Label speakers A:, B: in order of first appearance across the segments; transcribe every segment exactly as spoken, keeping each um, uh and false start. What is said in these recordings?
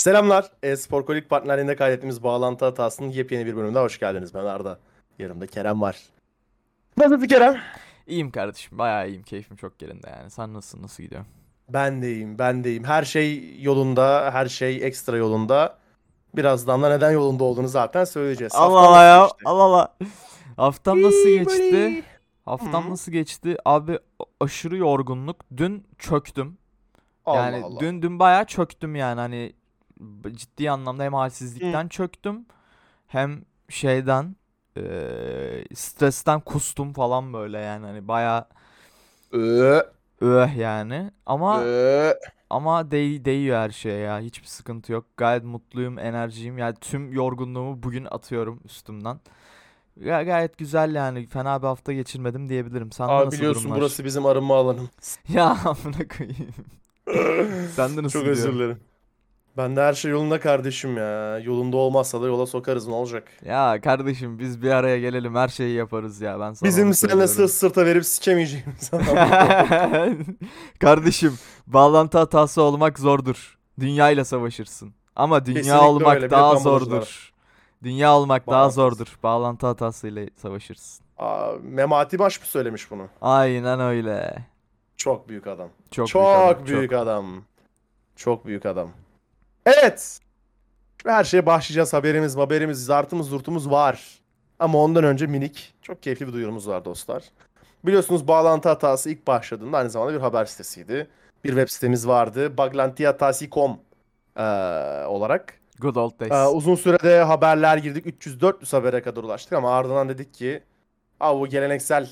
A: Selamlar. E-Spor Kolik partnerliğinde kaydettiğimiz bağlantı hatasının yepyeni bir bölümüne hoş geldiniz. Ben Arda. Yanımda Kerem var. Nasılsın Kerem?
B: İyiyim kardeşim. Bayağı iyiyim. Keyfim çok yerinde yani. Sen nasılsın? Nasıl gidiyor?
A: Ben de iyiyim, ben de iyiyim. Her şey yolunda, her şey ekstra yolunda. Birazdan da neden yolunda olduğunu zaten söyleyeceğiz.
B: Allah
A: Haftan
B: Allah
A: nasıl
B: ya.
A: geçti?
B: Allah Allah. Haftam nasıl
A: İyi,
B: geçti?
A: böyle.
B: Haftam
A: Hı.
B: nasıl geçti? Abi a- aşırı yorgunluk. Dün çöktüm.
A: Allah
B: Yani
A: Allah.
B: dün dün bayağı çöktüm yani hani b- ciddi anlamda hem
A: Hı.
B: halsizlikten çöktüm hem şeyden eee, stresten kustum falan böyle yani hani bayağı
A: Ö,
B: öh yani ama
A: ö.
B: Ama değ değiyor her şeye ya. Hiçbir sıkıntı yok. Gayet mutluyum, enerjiyim. Yani tüm yorgunluğumu bugün atıyorum üstümden. Ga- gayet güzel yani. Fena bir hafta geçirmedim diyebilirim. Sende
A: Abi
B: nasıl
A: biliyorsun
B: durumlar?
A: burası bizim arınma alanımız.
B: Ya amına koyayım. Sende nasıl
A: Çok
B: gidiyor?
A: özür dilerim. Ben de her şey yolunda kardeşim ya. Yolunda olmazsa da yola sokarız, ne olacak?
B: Ya kardeşim biz bir araya gelelim her şeyi yaparız ya. Ben sana onu
A: Bizim seninle sırt
B: söylüyorum.
A: sırta verip sikemeyeceğimiz adam yok.
B: Kardeşim bağlantı hatası olmak zordur. Dünya ile savaşırsın. Ama dünya
A: Kesinlikle
B: olmak
A: öyle. Bir de
B: daha
A: kamburacılar.
B: zordur. Dünya olmak daha
A: Bağlantısı.
B: zordur. Bağlantı hatasıyla savaşırsın.
A: Aa, Memati Baş mı söylemiş bunu?
B: Aynen öyle.
A: Çok büyük adam.
B: Çok büyük adam.
A: Çok büyük
B: Çok.
A: adam. Çok büyük adam. Evet. Şimdi her şeye başlayacağız. Haberimiz, haberimiz, zartımız, zurtumuz var. Ama ondan önce minik, çok keyifli bir duyurumuz var dostlar. Biliyorsunuz bağlantı hatası ilk başladığında aynı zamanda bir haber sitesiydi. Bir web sitemiz vardı. baglantihatasi nokta com eee, olarak.
B: Good old
A: Eee,
B: days.
A: uzun sürede haberler girdik. üç yüz dört yüz habere kadar ulaştık ama ardından dedik ki abi bu geleneksel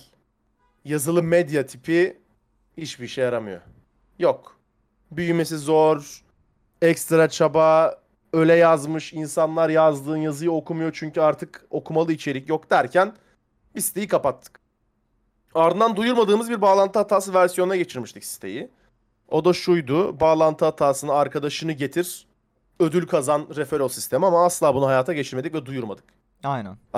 A: yazılı medya tipi hiçbir işe yaramıyor. Yok. Büyümesi zor. Ekstra çaba. Öyle yazmış. İnsanlar yazdığın yazıyı okumuyor çünkü artık okumalı içerik yok derken biz siteyi kapattık. Ardından duyurmadığımız bir bağlantı hatası versiyonuna geçirmiştik siteyi. O da şuydu. Bağlantı hatasını arkadaşını getir. Ödül kazan referral sistemi ama asla bunu hayata geçirmedik ve duyurmadık.
B: Aynen.
A: Ee,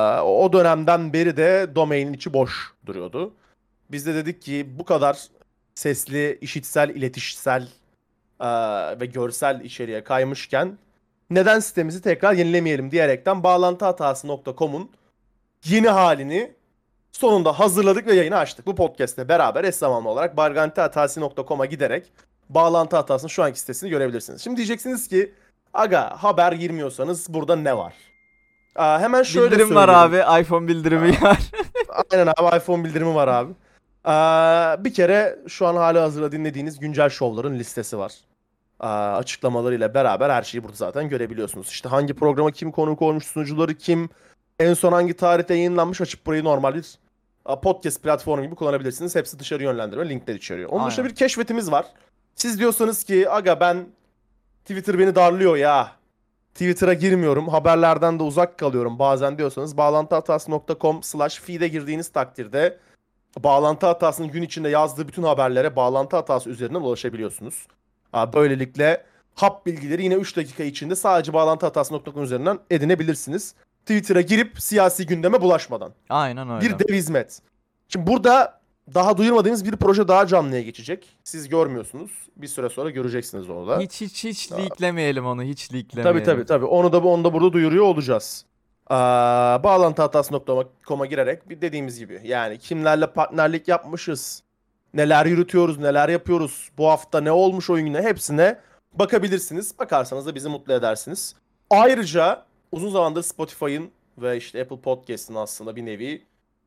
A: o dönemden beri de domainin içi boş duruyordu. Biz de dedik ki bu kadar sesli, işitsel, iletişsel ee, ve görsel içeriğe kaymışken neden sitemizi tekrar yenilemeyelim diyerekten bağlantıhatası nokta com'un yeni halini sonunda hazırladık ve yayını açtık. Bu podcast'le beraber eş zamanlı olarak baglantihatasi nokta com'a giderek bağlantı hatasının şu anki sitesini görebilirsiniz. Şimdi diyeceksiniz ki aga haber girmiyorsanız burada ne var? Aa, hemen şöyle
B: Bildirim var
A: söyleyelim.
B: abi. iPhone bildirimi
A: Aa,
B: var.
A: aynen abi, iPhone bildirimi var abi. Aa, bir kere şu an hala hazırda dinlediğiniz güncel şovların listesi var. Aa, açıklamalarıyla beraber her şeyi burada zaten görebiliyorsunuz. İşte hangi programa kim konuk olmuş, sunucuları kim, en son hangi tarihte yayınlanmış, açıp burayı normal bir a, podcast platformu gibi kullanabilirsiniz. Hepsi dışarı yönlendirme linkler içeriyor. Onun dışında
B: Aynen.
A: bir keşfetimiz var. Siz diyorsanız ki aga ben Twitter beni darlıyor ya. Twitter'a girmiyorum. Haberlerden de uzak kalıyorum bazen diyorsanız bağlantıhatası nokta com slash feed'e girdiğiniz takdirde bağlantı hatasının gün içinde yazdığı bütün haberlere bağlantı hatası üzerinden ulaşabiliyorsunuz. Aa, Böylelikle hap bilgileri yine üç dakika içinde sadece bağlantı hatası nokta com üzerinden edinebilirsiniz. Twitter'a girip siyasi gündeme bulaşmadan.
B: Aynen öyle.
A: Bir dev hizmet. Şimdi burada daha duyurmadığımız bir proje daha canlıya geçecek. Siz görmüyorsunuz. Bir süre sonra göreceksiniz onu da.
B: Hiç hiç hiç leaklemeyelim onu. Hiç
A: Tabii tabii
B: leaklemeyelim.
A: tabii. Onu da onu da burada duyuruyor olacağız. Aa, bağlantıhatası nokta com'a girerek bir dediğimiz gibi yani kimlerle partnerlik yapmışız, neler yürütüyoruz, neler yapıyoruz, bu hafta ne olmuş oyun güne hepsine bakabilirsiniz. Bakarsanız da bizi mutlu edersiniz. Ayrıca uzun zamandır Spotify'ın ve işte Apple Podcast'ın aslında bir nevi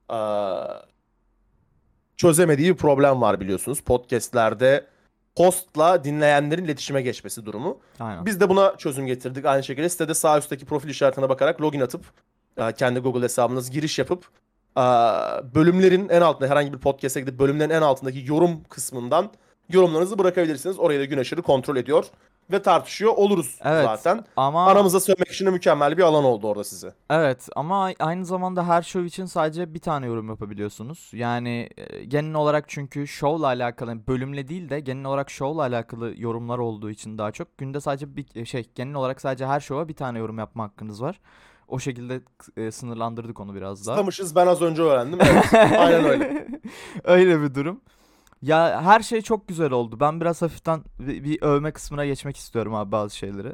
A: aa, çözemediği bir problem var biliyorsunuz. Podcast'lerde hostla dinleyenlerin iletişime geçmesi durumu.
B: Aynen.
A: Biz de buna çözüm getirdik. Aynı şekilde sitede sağ üstteki profil işaretine bakarak login atıp e, kendi Google hesabınız giriş yapıp e, bölümlerin en altında herhangi bir podcast'e gidip bölümlerin en altındaki yorum kısmından yorumlarınızı bırakabilirsiniz. Orayı da gün aşırı kontrol ediyor ve tartışıyor oluruz
B: Evet
A: zaten.
B: ama
A: Aramıza sövmek için de mükemmel bir alan oldu orada size.
B: Evet ama a- aynı zamanda her show için sadece bir tane yorum yapabiliyorsunuz. Yani e, genel olarak çünkü show'la alakalı yani bölümle değil de genel olarak show'la alakalı yorumlar olduğu için daha çok günde sadece bir e, şey genel olarak sadece her show'a bir tane yorum yapma hakkınız var. O şekilde e, sınırlandırdık onu biraz daha.
A: Sılamışız, ben az önce öğrendim. Evet. Aynen öyle.
B: Öyle bir durum. Ya her şey çok güzel oldu. Ben biraz hafiften bir, bir övme kısmına geçmek istiyorum abi bazı şeyleri.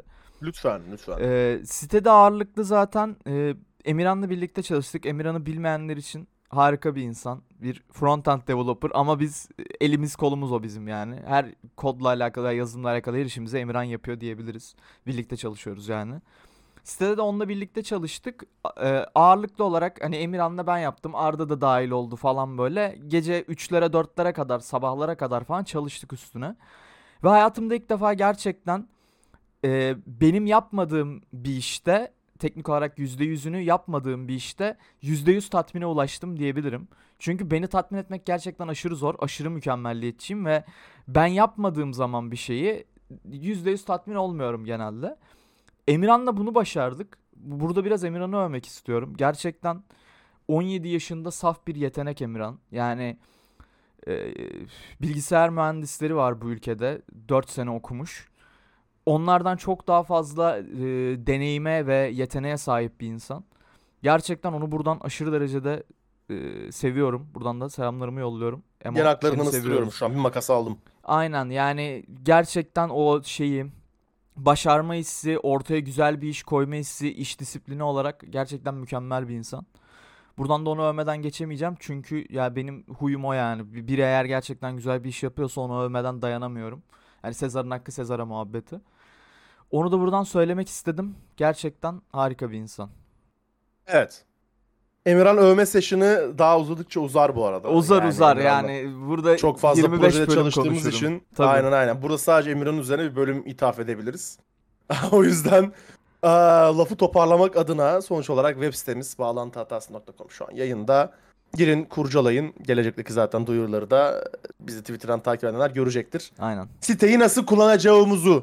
A: Lütfen, lütfen.
B: Ee, sitede ağırlıklı zaten e, Emirhan'la birlikte çalıştık. Emirhan'ı bilmeyenler için harika bir insan. Bir front-end developer ama biz e, elimiz kolumuz o bizim yani. Her kodla alakalı, yazılımla alakalı her işimizi Emirhan yapıyor diyebiliriz. Birlikte çalışıyoruz yani. Sitede de onunla birlikte çalıştık. A- e, ağırlıklı olarak hani Emirhan'la ben yaptım. Arda da dahil oldu falan böyle. Gece üçlere dörtlere kadar, sabahlara kadar falan çalıştık üstüne. Ve hayatımda ilk defa gerçekten e, benim yapmadığım bir işte, teknik olarak yüzde yüzünü yapmadığım bir işte yüzde yüz tatmine ulaştım diyebilirim. Çünkü beni tatmin etmek gerçekten aşırı zor, aşırı mükemmelliyetçiyim ve ben yapmadığım zaman bir şeyi yüzde yüz tatmin olmuyorum genelde. Emirhan'la bunu başardık. Burada biraz Emirhan'ı övmek istiyorum. Gerçekten on yedi yaşında saf bir yetenek Emirhan. Yani e, bilgisayar mühendisleri var bu ülkede. dört sene okumuş. Onlardan çok daha fazla e, deneyime ve yeteneğe sahip bir insan. Gerçekten onu buradan aşırı derecede e, seviyorum. Buradan da selamlarımı yolluyorum. Emo, seni
A: Yanaklarından ısırıyorum
B: seviyoruz.
A: şu an. Bir makas aldım.
B: Aynen yani gerçekten o şeyi başarma hissi, ortaya güzel bir iş koyma hissi, iş disiplini olarak gerçekten mükemmel bir insan. Buradan da onu övmeden geçemeyeceğim çünkü ya benim huyum o yani. Bir- Biri eğer gerçekten güzel bir iş yapıyorsa onu övmeden dayanamıyorum. Yani Sezar'ın hakkı Sezar'a muhabbeti. Onu da buradan söylemek istedim. Gerçekten harika bir insan.
A: Evet. Emirhan övme session'ı daha uzadıkça uzar bu arada.
B: Uzar
A: Yani
B: uzar
A: Emirhan'la
B: yani burada
A: çok fazla
B: yirmi beş
A: projede
B: bölüm
A: çalıştığımız
B: konuşurum.
A: için
B: Tabii.
A: aynen aynen. Burada sadece Emirhan'ın üzerine bir bölüm ithaf edebiliriz. O yüzden aa, lafı toparlamak adına sonuç olarak web sitemiz bağlantı hatası nokta com şu an yayında. Girin, kurcalayın. Gelecekteki zaten duyuruları da bizi Twitter'dan takip edenler görecektir.
B: Aynen.
A: Siteyi nasıl kullanacağımızı.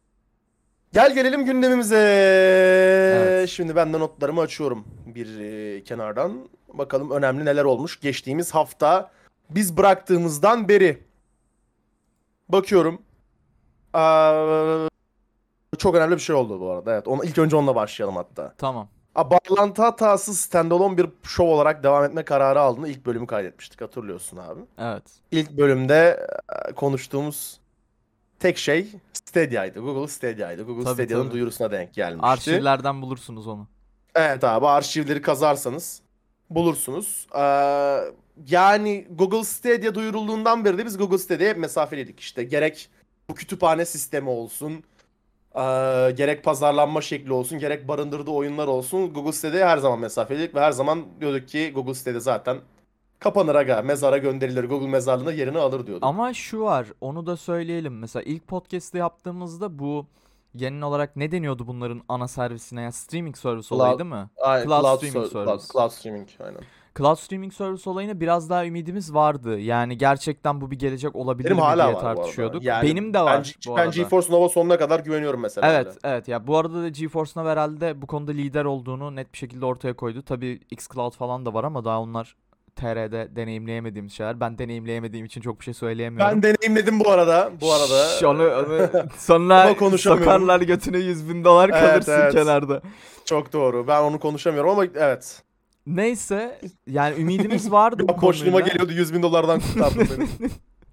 A: Gel gelelim gündemimize.
B: Evet.
A: Şimdi ben de notlarımı açıyorum bir e, kenardan. Bakalım önemli neler olmuş geçtiğimiz hafta biz bıraktığımızdan beri. Bakıyorum. Aa, çok önemli bir şey oldu bu arada. Evet, ona, ilk önce onunla başlayalım hatta.
B: Tamam.
A: Aa, bağlantı hatası standalone bir show olarak devam etme kararı aldığında ilk bölümü kaydetmiştik, hatırlıyorsun abi.
B: Evet.
A: İlk bölümde e, konuştuğumuz tek şey Stadia'ydı. Google Stadia'ydı. Google
B: Tabii
A: Stadia'nın
B: tabii.
A: duyurusuna denk gelmişti.
B: Arşivlerden bulursunuz onu.
A: Evet abi, arşivleri kazarsanız bulursunuz. Ee, yani Google Stadia duyurulduğundan beri de biz Google Stadia'ya hep mesafeliydik işte. Gerek bu kütüphane sistemi olsun, ee, gerek pazarlanma şekli olsun, gerek barındırdığı oyunlar olsun. Google Stadia'ya her zaman mesafeliydik ve her zaman diyorduk ki Google Stadia zaten kapanır aga, mezara gönderilir, Google mezarlığında yerini alır diyorduk.
B: Ama şu var, onu da söyleyelim. Mesela ilk podcast'ı yaptığımızda bu genel olarak ne deniyordu bunların ana servisine ya? Streaming service olayı
A: Cloud,
B: değil mi?
A: ay,
B: Cloud
A: cloud,
B: streaming
A: ser- cloud,
B: service.
A: cloud streaming aynen.
B: Cloud streaming service olayına biraz daha ümidimiz vardı. Yani gerçekten bu bir gelecek olabilir
A: Benim
B: mi
A: hala
B: diye
A: var bu arada.
B: tartışıyorduk.
A: Yani
B: Benim de
A: ben,
B: var bu
A: ben
B: arada.
A: GeForce Nova sonuna kadar güveniyorum mesela hala.
B: Evet, evet ya bu arada da GeForce Now herhalde bu konuda lider olduğunu net bir şekilde ortaya koydu. Tabii xCloud falan da var ama daha onlar T R'de deneyimleyemediğimiz şeyler. Ben deneyimleyemediğim için çok bir şey söyleyemiyorum.
A: Ben deneyimledim bu arada. Bu arada.
B: Şş, onu, onu
A: Ama
B: sonra
A: konuşamıyorum.
B: sokarlar götüne yüz bin dolar
A: Evet,
B: kalırsın
A: evet.
B: kenarda.
A: Çok doğru. Ben onu konuşamıyorum ama evet.
B: Neyse yani ümidimiz vardı bu
A: Bir an boşluğuma
B: konuyla.
A: geliyordu, yüz bin dolardan kurtardı beni.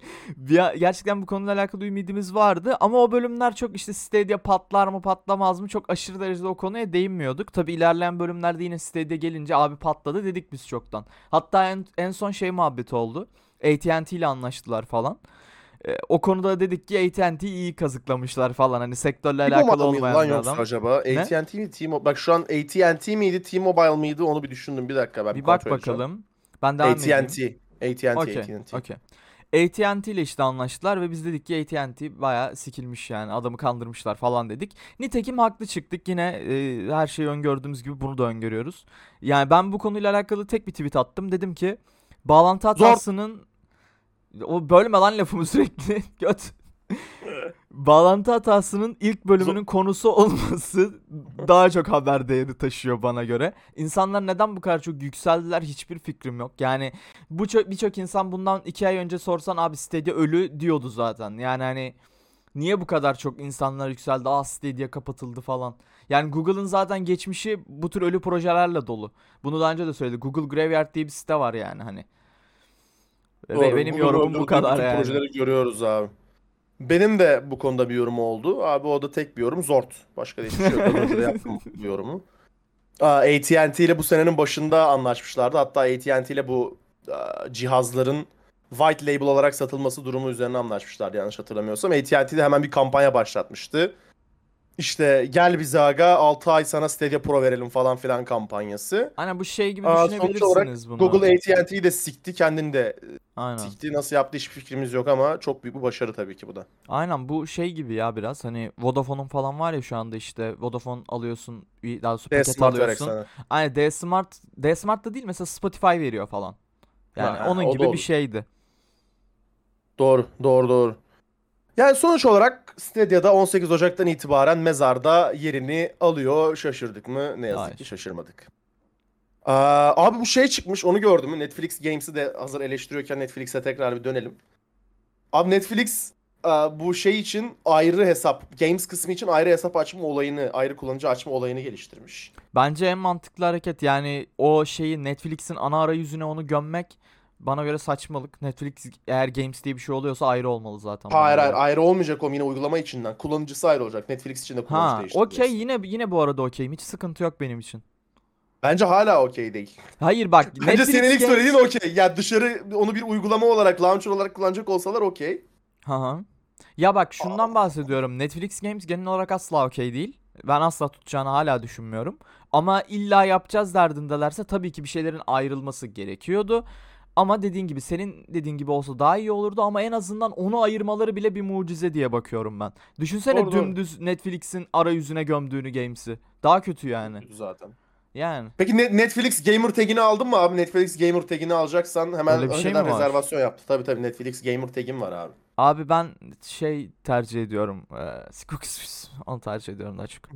B: Bir- gerçekten bu konuyla alakalı ümidimiz vardı ama o bölümler çok işte Stadia patlar mı patlamaz mı çok aşırı derecede o konuya değinmiyorduk. Tabi ilerleyen bölümlerde yine Stadia gelince abi patladı dedik biz çoktan. Hatta en, en son şey muhabbeti oldu. A T and T ile anlaştılar falan. Ee, o konuda dedik ki A T and T iyi kazıklamışlar falan hani sektörle alakalı
A: T-Mobile mıydı
B: olmayan
A: lan
B: bir
A: yoksa
B: adam.
A: acaba?
B: Ne?
A: A T and T mi? T-Mobile? Bak şu an A T and T miydi? T-Mobile mıydı? Onu bir düşündüm. Bir dakika, ben bir
B: Bir bak
A: kontrol edeceğim.
B: bakalım. Ben devam edeyim.
A: A T and T. A T and T.
B: Okey,
A: A T and T.
B: okey. A T and T ile işte anlaştılar ve biz dedik ki A T and T bayağı sikilmiş yani adamı kandırmışlar falan dedik. Nitekim haklı çıktık yine e, her şeyi öngördüğümüz gibi bunu da öngörüyoruz. Yani ben bu konuyla alakalı tek bir tweet attım dedim ki bağlantı hatasının o bölme lan lafımı sürekli göt. Bağlantı hatasının ilk bölümünün konusu olması daha çok haber değeri taşıyor bana göre. İnsanlar neden bu kadar çok yükseldiler hiçbir fikrim yok. Yani bu çok birçok insan bundan iki ay önce sorsan abi Stadia ölü diyordu zaten. Yani hani niye bu kadar çok insanlar yükseldi? Ah Stadia kapatıldı falan. Yani Google'ın zaten geçmişi bu tür ölü projelerle dolu. Bunu daha önce de söyledik. Google Graveyard diye bir site var yani hani. Ve
A: Doğru.
B: benim
A: Google
B: yorumum bu
A: öldürdüğü
B: kadar
A: bütün
B: yani.
A: projeleri görüyoruz abi. Benim de bu konuda bir yorum oldu. Abi o da tek bir yorum. Zort. Başka da hiçbir şey yok. Az önce de yaptım bu yorumu. Aa, A T and T ile bu senenin başında anlaşmışlardı. Hatta A T and T ile bu aa, cihazların white label olarak satılması durumu üzerine anlaşmışlardı yanlış hatırlamıyorsam. A T and T de hemen bir kampanya başlatmıştı. İşte gel bize aga altı ay sana Stadia Pro verelim falan filan kampanyası.
B: Aynen bu şey gibi
A: Aa, sonuç olarak
B: düşünebilirsiniz bunu.
A: Google A T and T'yi de sikti. Kendini de
B: Aynen.
A: sikti. Nasıl yaptı hiçbir fikrimiz yok ama çok büyük bir başarı tabii ki bu da.
B: Aynen bu şey gibi ya biraz hani Vodafone'un falan var ya şu anda işte Vodafone alıyorsun bir- daha doğrusu paket
A: D-Smart vererek
B: alıyorsun.
A: sana.
B: Aynen D-Smart D-Smart da değil mesela Spotify veriyor falan. Yani
A: Ha,
B: onun
A: o da
B: gibi bir
A: olur.
B: şeydi.
A: Doğru, doğru, doğru. Yani sonuç olarak Stadia'da on sekiz Ocak'tan itibaren mezarda yerini alıyor. Şaşırdık mı? Ne yazık ki
B: Hayır.
A: şaşırmadık. Aa, abi bu şey çıkmış onu gördün mü? Netflix Games'i de hazır eleştiriyorken Netflix'e tekrar bir dönelim. Abi Netflix aa, bu şey için ayrı hesap, Games kısmı için ayrı hesap açma olayını, ayrı kullanıcı açma olayını geliştirmiş.
B: Bence en mantıklı hareket yani o şeyi Netflix'in ana arayüzüne onu gömmek bana göre saçmalık. Netflix eğer Games diye bir şey oluyorsa ayrı olmalı zaten bana
A: Hayır hayır
B: göre.
A: ayrı olmayacak o yine uygulama içinden. Kullanıcısı ayrı olacak. Netflix için de kullanıcı
B: Ha, okey
A: değiştireceksin.
B: yine yine bu arada okeyim. Hiç sıkıntı yok benim için.
A: Bence hala okey değil.
B: Hayır bak
A: Bence
B: Netflix
A: senin ilk söylediğin
B: Games.
A: okey. Ya dışarı onu bir uygulama olarak, launcher olarak kullanacak olsalar okey.
B: Hı hı. Ya bak şundan
A: Aa,
B: bahsediyorum. Netflix Games genel olarak asla okey değil. Ben asla tutacağını hala düşünmüyorum. Ama illa yapacağız derdindelerse tabii ki bir şeylerin ayrılması gerekiyordu. Ama dediğin gibi senin dediğin gibi olsa daha iyi olurdu ama en azından onu ayırmaları bile bir mucize diye bakıyorum ben. Düşünsene
A: doğru doğru.
B: dümdüz Netflix'in arayüzüne gömdüğünü Games'i. Daha kötü
A: Çok
B: yani.
A: kötü zaten.
B: Yani
A: Peki Ne- Netflix Gamer tagini aldın mı abi? Netflix Gamer tagini alacaksan hemen
B: öyle bir şey mi
A: önceden
B: var?
A: rezervasyon yaptı. Tabii tabii Netflix Gamer tagim var abi.
B: Abi ben şey tercih ediyorum. Eee, onu tercih ediyorum daha çok.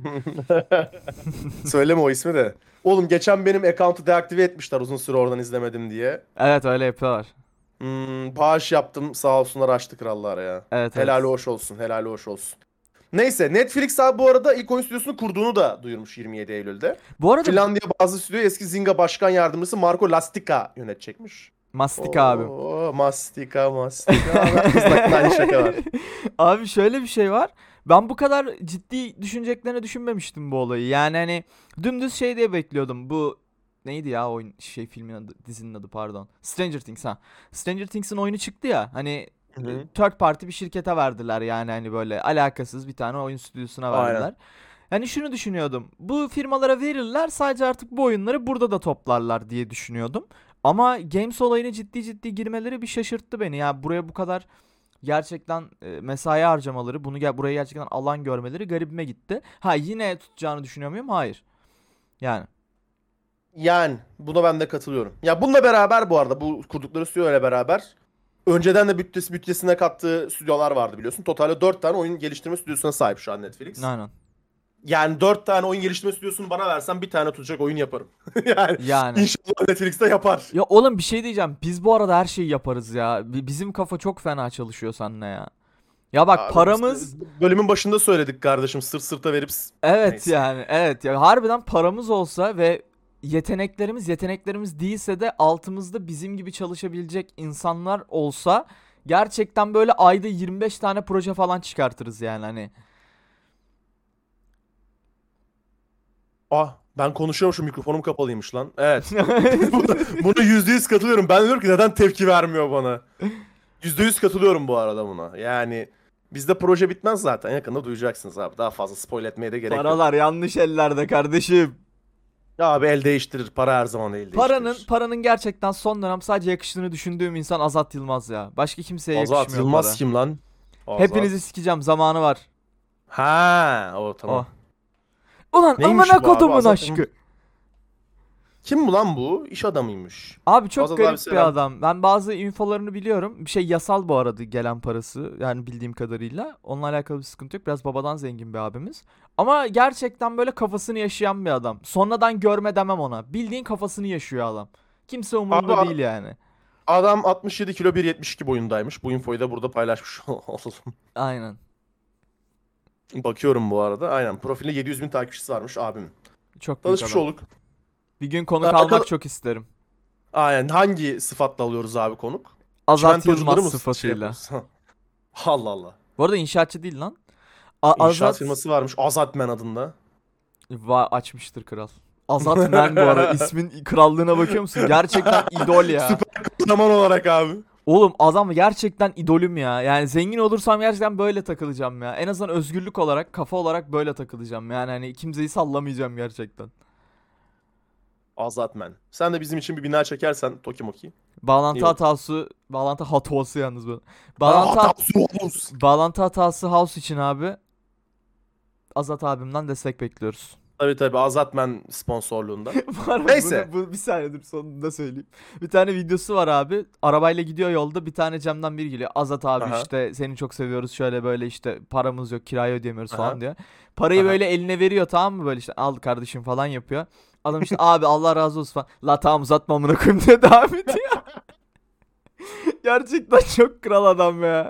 A: Söyleme o ismi de. Oğlum geçen benim account'u deaktive etmişler uzun süre oradan izlemedim diye.
B: Evet öyle yapıyorlar.
A: Hmm, bağış yaptım sağ olsunlar açtı krallar ya.
B: Evet
A: Helali
B: evet.
A: hoş olsun, helali hoş olsun. Neyse Netflix abi bu arada ilk oyun stüdyosunu kurduğunu da duyurmuş yirmi yedi Eylül'de.
B: Bu arada
A: Finlandiya bazı stüdyo eski Zynga başkan yardımcısı Marco Lastica yönetecekmiş.
B: Mastika abim.
A: Oo, mastika mastika. Bak kızla aynı şaka var.
B: Abi şöyle bir şey var. Ben bu kadar ciddi düşüneceklerini düşünmemiştim bu olayı. Yani hani dümdüz şey diye bekliyordum. Bu neydi ya oyun şey filmin adı, dizinin adı pardon. Stranger Things ha. Stranger Things'in oyunu çıktı ya. Hani
A: Hı
B: e,
A: hı.
B: third party bir şirkete verdiler yani hani böyle alakasız bir tane oyun stüdyosuna
A: Aynen.
B: verdiler. Yani şunu düşünüyordum. Bu firmalara verirler sadece artık bu oyunları burada da toplarlar diye düşünüyordum. Ama Games olayına ciddi ciddi girmeleri bir şaşırttı beni. Ya buraya bu kadar gerçekten e, mesai harcamaları, bunu gel buraya gerçekten alan görmeleri garibime gitti. Ha yine tutacağını düşünüyor muyum? Hayır. Yani.
A: Yani buna ben de katılıyorum. Ya bununla beraber bu arada bu kurdukları stüdyo ile beraber önceden de bütçesi bütçesine kattığı stüdyolar vardı biliyorsun. Totalde dört tane oyun geliştirme stüdyosuna sahip şu an Netflix.
B: Aynen.
A: Yani dört tane oyun geliştirme stüdyosunu bana versen bir tane tutacak oyun yaparım. Yani
B: Yani.
A: inşallah Netflix'te yapar.
B: Ya oğlum bir şey diyeceğim. Biz bu arada her şeyi yaparız ya. Bi- Bizim kafa çok fena çalışıyor seninle ya. Ya bak
A: Abi biz
B: paramız
A: de bölümün başında söyledik kardeşim sırt sırta verip s-
B: evet
A: neyse.
B: yani evet ya harbiden paramız olsa ve yeteneklerimiz yeteneklerimiz değilse de altımızda bizim gibi çalışabilecek insanlar olsa gerçekten böyle ayda yirmi beş tane proje falan çıkartırız yani hani.
A: Ah ben konuşuyorum şu mikrofonum kapalıymış lan. Evet. Buna buna yüzde yüz katılıyorum. Ben diyorum ki neden tepki vermiyor bana? Yüzde yüz katılıyorum bu arada buna. Yani bizde proje bitmez zaten. Yakında duyacaksınız abi. Daha fazla spoil etmeye de gerek yok.
B: Paralar yanlış ellerde kardeşim.
A: Ya abi el değiştirir. Para her zaman el
B: Paranın
A: değiştirir.
B: paranın gerçekten son dönem sadece yakıştığını düşündüğüm insan Azat Yılmaz ya. Başka kimseye
A: Azat
B: yakışmıyor
A: Yılmaz
B: para.
A: kim lan?
B: Hepinizi
A: Azat.
B: sikeceğim zamanı var.
A: Ha, o
B: Oh.
A: tamam.
B: Ulan
A: Neymiş
B: amına
A: bu abi?
B: kodumun
A: Azat Yılmaz.
B: aşkı.
A: Kim bu lan bu? İş adamıymış.
B: Abi çok
A: Azat abi
B: garip bir
A: selam.
B: adam. Ben bazı infolarını biliyorum. Bir şey yasal bu arada gelen parası. Yani bildiğim kadarıyla. Onunla alakalı bir sıkıntı yok. Biraz babadan zengin bir abimiz. Ama gerçekten böyle kafasını yaşayan bir adam. Sonradan görme demem ona. Bildiğin kafasını yaşıyor adam. Kimse
A: Abi
B: umurunda değil yani.
A: adam altmış yedi kilo bir yetmiş iki boyundaymış. Bu infoyu da burada paylaşmış olalım.
B: Aynen.
A: Bakıyorum bu arada. Aynen. Profilinde yedi yüz bin takipçisi varmış abim.
B: Çok büyük
A: Tanışmış
B: adam.
A: olduk.
B: Bir gün
A: Ee,
B: konuk almak
A: Bakalım.
B: çok isterim.
A: Aynen. Hangi sıfatla alıyoruz abi konuk?
B: Azat
A: Çimentocuları
B: Yılmaz
A: mı şey
B: sıfatıyla.
A: yapıyoruz? Allah Allah.
B: Bu arada inşaatçı değil lan. A-
A: İnşaat
B: Azat
A: firması varmış. Azatman adında.
B: Va açmıştır kral. Azat Man bu arada. İsmin krallığına bakıyor musun? Gerçekten idol ya.
A: Süper kahraman olarak abi.
B: Oğlum adam gerçekten idolüm ya. Yani zengin olursam gerçekten böyle takılacağım ya. En azından özgürlük olarak, kafa olarak böyle takılacağım. Yani hani kimseyi sallamayacağım gerçekten.
A: Azatman. Sen de bizim için bir bina çekersen Tokimoki.
B: Bağlantı
A: İyi olur.
B: hatası, bağlantı hatası yalnız bu.
A: Bana
B: Bağlantı hat-
A: hatası olmaz.
B: bağlantı hatası house için abi Azat abimden destek bekliyoruz.
A: Tabii tabii Azatman sponsorluğunda.
B: Bu arada
A: Neyse.
B: bunu, bu, bir saniye dur sonunda söyleyeyim. Bir tane videosu var abi. Arabayla gidiyor yolda bir tane camdan biri geliyor. Azat abi
A: Aha.
B: işte seni çok seviyoruz şöyle böyle işte paramız yok kirayı ödeyemiyoruz
A: Aha.
B: falan diyor. Parayı
A: Aha.
B: böyle eline veriyor tamam mı böyle işte al kardeşim falan yapıyor. Adam işte abi Allah razı olsun falan. La tamam uzatma amına koyayım diye devam ediyor. Gerçekten çok kral adam ya.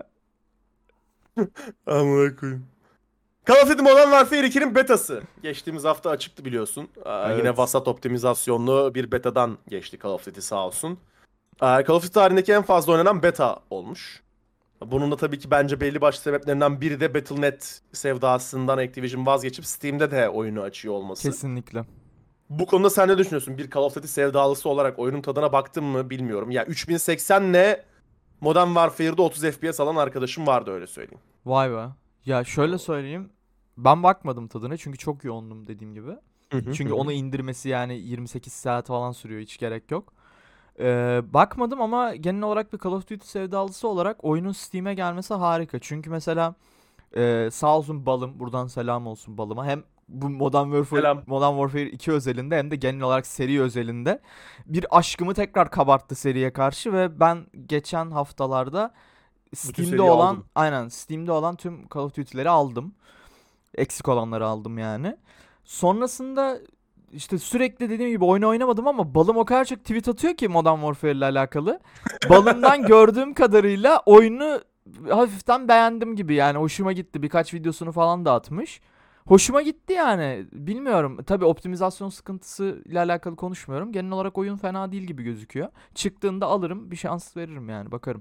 A: Amına koyayım. Call of Duty Modern Warfare ikinin betası. Geçtiğimiz hafta açıktı biliyorsun. Aa,
B: Evet.
A: Yine vasat optimizasyonlu bir betadan geçti Call of Duty sağ olsun. Aa, Call of Duty tarihindeki en fazla oynanan beta olmuş. Bunun da tabii ki bence belli başlı sebeplerinden biri de Battle nokta net sevdasından Activision vazgeçip Steam'de de oyunu açıyor olması.
B: Kesinlikle.
A: Bu konuda sen ne düşünüyorsun? Bir Call of Duty sevdalısı olarak oyunun tadına baktın mı bilmiyorum. Ya üç bin seksenle Modern Warfare'da otuz F P S alan arkadaşım vardı öyle söyleyeyim.
B: Vay be. Ya şöyle söyleyeyim. Ben bakmadım tadına çünkü çok yoğundum dediğim gibi. Çünkü onu indirmesi yani yirmi sekiz saat falan sürüyor hiç gerek yok. Ee, bakmadım ama genel olarak bir Call of Duty sevdalısı olarak oyunun Steam'e gelmesi harika. Çünkü mesela e, sağ olsun Balım buradan selam olsun Balım'a. Hem bu Modern Warfare,
A: Selam.
B: Modern Warfare iki özelinde hem de genel olarak seri özelinde bir aşkımı tekrar kabarttı seriye karşı ve ben geçen haftalarda Steam'de
A: seriyi
B: olan
A: aldın.
B: aynen Steam'de olan tüm Call of Duty'leri aldım. Eksik olanları aldım yani. Sonrasında işte sürekli dediğim gibi oyunu oynamadım ama Balım o kadar çok tweet atıyor ki Modern Warfare ile alakalı. Balım'dan gördüğüm kadarıyla oyunu hafiften beğendim gibi yani hoşuma gitti. Birkaç videosunu falan da atmış. Hoşuma gitti yani. Bilmiyorum. Tabii optimizasyon sıkıntısı ile alakalı konuşmuyorum. Genel olarak oyun fena değil gibi gözüküyor. Çıktığında alırım, bir şans veririm yani bakarım.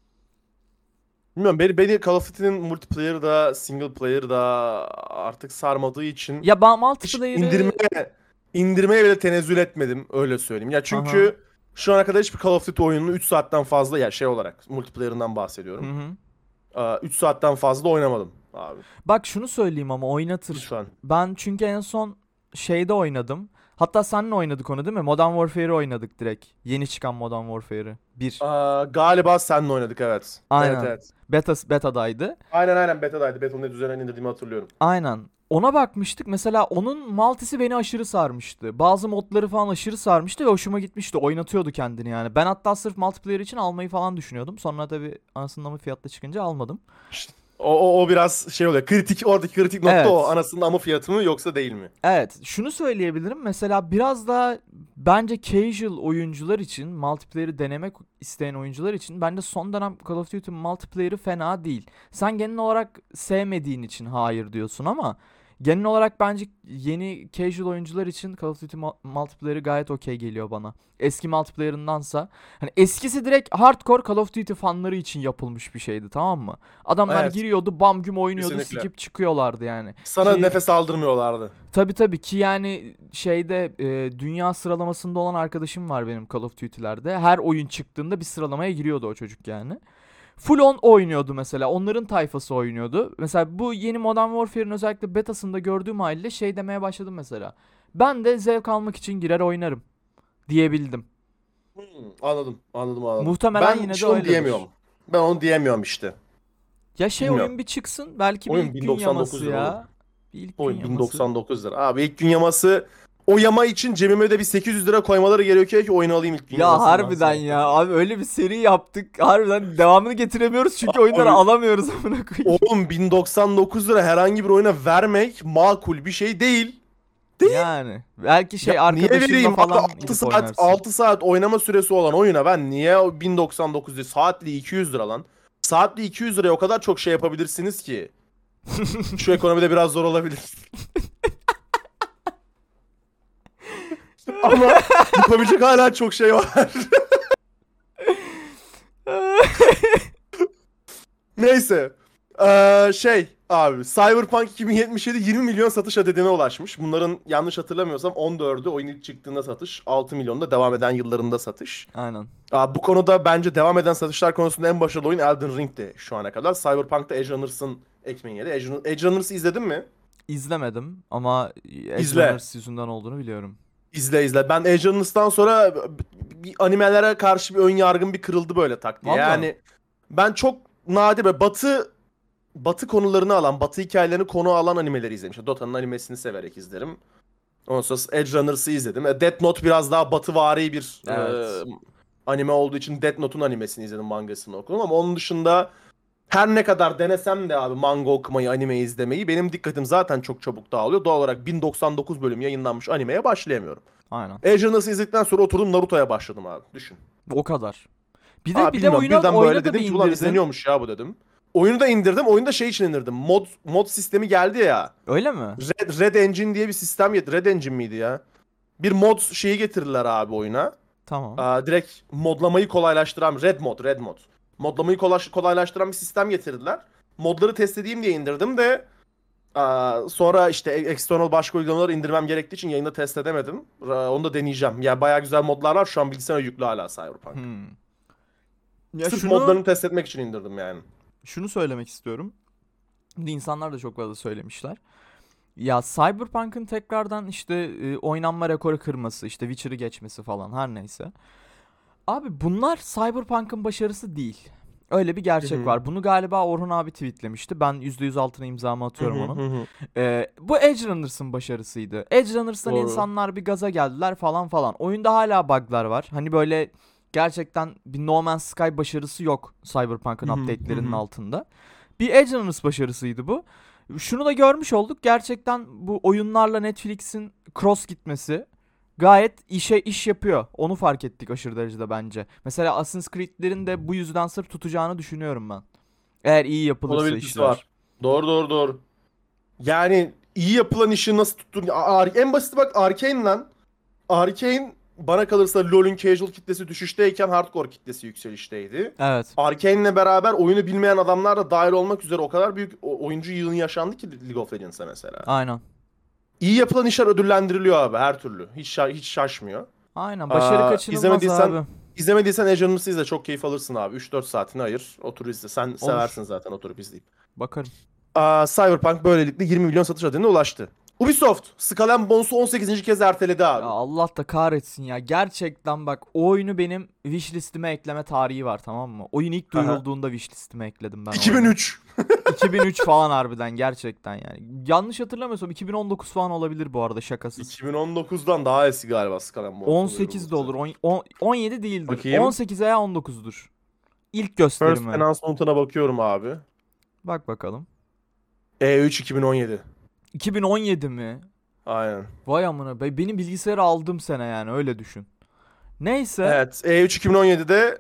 A: Bilmiyorum beni, beni Call of Duty'nin multiplayer da single player da artık sarmadığı için
B: Ya ben
A: hiç
B: multiplayer'ı
A: indirmeye, indirmeye bile tenezzül etmedim öyle söyleyeyim. Ya
B: Aha.
A: çünkü şu ana kadar hiçbir Call of Duty oyununu üç saatten fazla ya şey olarak multiplayer'ından
B: Hı
A: bahsediyorum.
B: hı.
A: üç saatten fazla oynamadım abi.
B: Bak şunu söyleyeyim ama oynatır.
A: Lütfen.
B: Ben çünkü en son şeyde oynadım. Hatta seninle oynadık onu değil mi? Modern Warfare'ı oynadık direkt. Yeni çıkan Modern Warfare'ı. Bir.
A: Aa, galiba seninle oynadık evet.
B: Aynen.
A: Evet evet.
B: Beta, beta'daydı.
A: Aynen aynen beta'daydı. Battle nokta net üzerinden indirdiğimi hatırlıyorum.
B: Aynen. Ona bakmıştık. Mesela onun multisi beni aşırı sarmıştı. Bazı modları falan aşırı sarmıştı ve hoşuma gitmişti. Oynatıyordu kendini yani. Ben hatta sırf multiplayer için almayı falan düşünüyordum. Sonra tabii anasının amı fiyatla çıkınca almadım.
A: O, o, o biraz şey oluyor. Kritik oradaki kritik nokta
B: Evet.
A: o. Anasının amı fiyatı mı yoksa değil mi?
B: Evet, şunu söyleyebilirim. Mesela biraz daha bence casual oyuncular için, multiplayer'ı denemek isteyen oyuncular için bence son dönem Call of Duty multiplayer'ı fena değil. Sen genel olarak sevmediğin için hayır diyorsun ama genel olarak bence yeni casual oyuncular için Call of Duty mu- multiplayer'ı gayet okey geliyor bana. Eski multiplayer'ındansa. Hani eskisi direkt hardcore Call of Duty fanları için yapılmış bir şeydi, tamam mı? Adamlar
A: Evet.
B: giriyordu, bam güm oynuyordu,
A: Kesinlikle.
B: sikip çıkıyorlardı yani.
A: Sana
B: Ki-
A: nefes aldırmıyorlardı.
B: Tabii tabii ki yani şeyde e, dünya sıralamasında olan arkadaşım var benim Call of Duty'lerde. Her oyun çıktığında bir sıralamaya giriyordu o çocuk yani. Full on oynuyordu mesela. Onların tayfası oynuyordu. Mesela bu yeni Modern Warfare'in özellikle betasında gördüğüm haliyle şey demeye başladım mesela. Ben de zevk almak için girer oynarım diyebildim.
A: Hmm, anladım, anladım, anladım.
B: Muhtemelen
A: ben
B: yine de
A: şunu
B: öyledir.
A: diyemiyorum. Ben onu diyemiyorum işte.
B: Ya şey
A: Bilmiyorum.
B: oyun bir çıksın belki bir
A: Oyun
B: ilk
A: bin
B: gün
A: doksan dokuz
B: yaması
A: lira
B: ya.
A: oğlum.
B: Bir ilk gün
A: Oyun bin
B: yaması.
A: doksan dokuz lira. Abi ilk gün yaması o yama için cebime de bir sekiz yüz lira koymaları gerekiyor ki oyunu alayım ilk gün
B: Ya
A: yamasından
B: harbiden
A: sonra.
B: ya abi öyle bir seri yaptık. Harbiden devamını getiremiyoruz çünkü oyunları
A: Abi-
B: alamıyoruz amına koyayım.
A: Oğlum bin doksan dokuz lira herhangi bir oyuna vermek makul bir şey değil.
B: Yani belki şey
A: Ya niye
B: arkadaşınla
A: vereyim
B: falan
A: altı
B: gidip
A: saat
B: oynarsın.
A: altı saat oynama süresi olan oyuna ben niye bin doksan dokuz lira saatli iki yüz lira lan? Saatli iki yüz liraya o kadar çok şey yapabilirsiniz ki. Şu ekonomide biraz zor olabilir. Ama yapabilecek hala çok şey var. Neyse. Ee, Ee, şey abi Cyberpunk iki bin yetmiş yedi yirmi milyon satış adedine ulaşmış. Bunların yanlış hatırlamıyorsam on dördü oyun ilk çıktığında satış, altı milyonda devam eden yıllarında satış.
B: Aynen.
A: Aa, bu konuda bence devam eden satışlar konusunda en başarılı oyun Elden Ring'ti şu ana kadar. Cyberpunk'ta Edge Runners'ın ekmeğini yedi. Edge, Edge Runners'ı izledin mi?
B: İzlemedim ama Edge
A: İzle.
B: Runners yüzünden olduğunu biliyorum.
A: İzle izle. Ben Edge Runners'tan sonra bir animelere karşı bir ön yargım bir kırıldı böyle tak diye.
B: Vallahi.
A: Yani ben çok nadir böyle batı batı konularını alan, batı hikayelerini konu alan animeleri izlemişim. Dota'nın animesini severek izlerim. Ondan sonra Edge Runners'ı izledim. E, Death Note biraz daha batıvari bir
B: Evet.
A: e, anime olduğu için Death Note'un animesini izledim, mangasını okudum ama onun dışında her ne kadar denesem de abi manga okumayı, anime izlemeyi benim dikkatim zaten çok çabuk dağılıyor. Doğal olarak bin doksan dokuz bölüm yayınlanmış animeye başlayamıyorum.
B: Aynen.
A: Edge Runners'ı izledikten sonra oturdum Naruto'ya başladım abi. Düşün.
B: O kadar. Bir de
A: Aa,
B: bir de
A: bilmiyorum,
B: oyuna,
A: birden
B: oyuna
A: böyle
B: da bir
A: dedim ki ulan
B: indirdin.
A: izleniyormuş ya bu dedim. Oyunu da indirdim. Oyunu da şey için indirdim. Mod mod sistemi geldi ya.
B: Öyle mi?
A: Red, Red Engine diye bir sistem getirdi. Red Engine miydi ya? Bir mod şeyi getirdiler abi oyuna.
B: Tamam.
A: Aa, direkt modlamayı kolaylaştıran Red mod, Red mod. Modlamayı kolay- kolaylaştıran bir sistem getirdiler. Modları test edeyim diye indirdim de aa, sonra işte e- external başka uygulamaları indirmem gerektiği için yayında test edemedim. Aa, onu da deneyeceğim. Yani bayağı güzel modlar var. Şu an bilgisayara yüklü hala Cyberpunk.
B: Hmm. Ya
A: Sırf
B: şunu
A: modlarını test etmek için indirdim yani.
B: şunu söylemek istiyorum. Şimdi insanlar da çok fazla söylemişler. Ya Cyberpunk'ın tekrardan işte e, oynanma rekoru kırması, işte Witcher'ı geçmesi falan her neyse. Abi bunlar Cyberpunk'ın başarısı değil. Öyle bir gerçek
A: Hı hı.
B: var. Bunu galiba Orhun abi tweetlemişti. Ben yüzde yüz altına imzamı
A: Hı
B: atıyorum
A: hı
B: onun.
A: hı hı.
B: Ee, bu Edge Runners'ın başarısıydı. Edge Runners'tan
A: Doğru.
B: insanlar bir gaza geldiler falan falan. Oyunda hala bug'lar var. Hani böyle gerçekten bir No Man's Sky başarısı yok Cyberpunk'ın
A: Hı hı,
B: update'lerinin
A: hı hı.
B: altında. Bir Edge Runners başarısıydı bu. Şunu da görmüş olduk. Gerçekten bu oyunlarla Netflix'in cross gitmesi gayet işe iş yapıyor. Onu fark ettik aşırı derecede bence. Mesela Assassin's Creed'lerin de bu yüzden sırf tutacağını düşünüyorum ben. Eğer iyi yapılırsa
A: Olabilitesi
B: işler.
A: var. Doğru doğru doğru. Yani iyi yapılan işi nasıl tuttun? Ar- En basit bak Arcane lan. Arcane bana kalırsa LoL'ün casual kitlesi düşüşteyken hardcore kitlesi yükselişteydi.
B: Evet.
A: Arcane'le beraber oyunu bilmeyen adamlar da dahil olmak üzere o kadar büyük o- oyuncu yığını yaşandı ki League of Legends'a mesela.
B: Aynen.
A: İyi yapılan işler ödüllendiriliyor abi her türlü. Hiç şa- hiç şaşmıyor.
B: Aynen. Başarı
A: Aa,
B: kaçınılmaz
A: izlemediysen
B: abi.
A: izlemediysen Age of izle, çok keyif alırsın abi. üç dört saatini ayır. Otur izle. Sen
B: Olur.
A: seversin zaten oturup izleyip.
B: Bakarım.
A: Aa, Cyberpunk böylelikle yirmi milyon satış adedine ulaştı. Ubisoft, Skull and Bones'u on sekizinci kez erteledi abi.
B: Ya Allah da kahretsin ya. Gerçekten bak o oyunu benim wishlistime ekleme tarihi var, tamam mı? Oyun ilk
A: Aha.
B: duyurulduğunda wishlistime ekledim ben o
A: iki bin
B: oyunu.
A: üç.
B: iki bin üç falan harbiden gerçekten yani. Yanlış hatırlamıyorsam iki bin on dokuz falan olabilir bu arada, şakasız.
A: iki bin on dokuzdan daha eski galiba Skull and Bones'un
B: on sekiz de olur.
A: duyurulması.
B: on- on- on yedi değildir.
A: Bakayım.
B: on sekiz veya on dokuzdur. İlk
A: First
B: gösterimi.
A: Announcement'ına bakıyorum abi.
B: Bak bakalım.
A: E üç iki bin on yedi.
B: iki bin on yedi mi?
A: Aynen.
B: Vay amına be, benim bilgisayarı aldığım sene yani, öyle düşün. Neyse.
A: Evet, E üç iki bin on yedide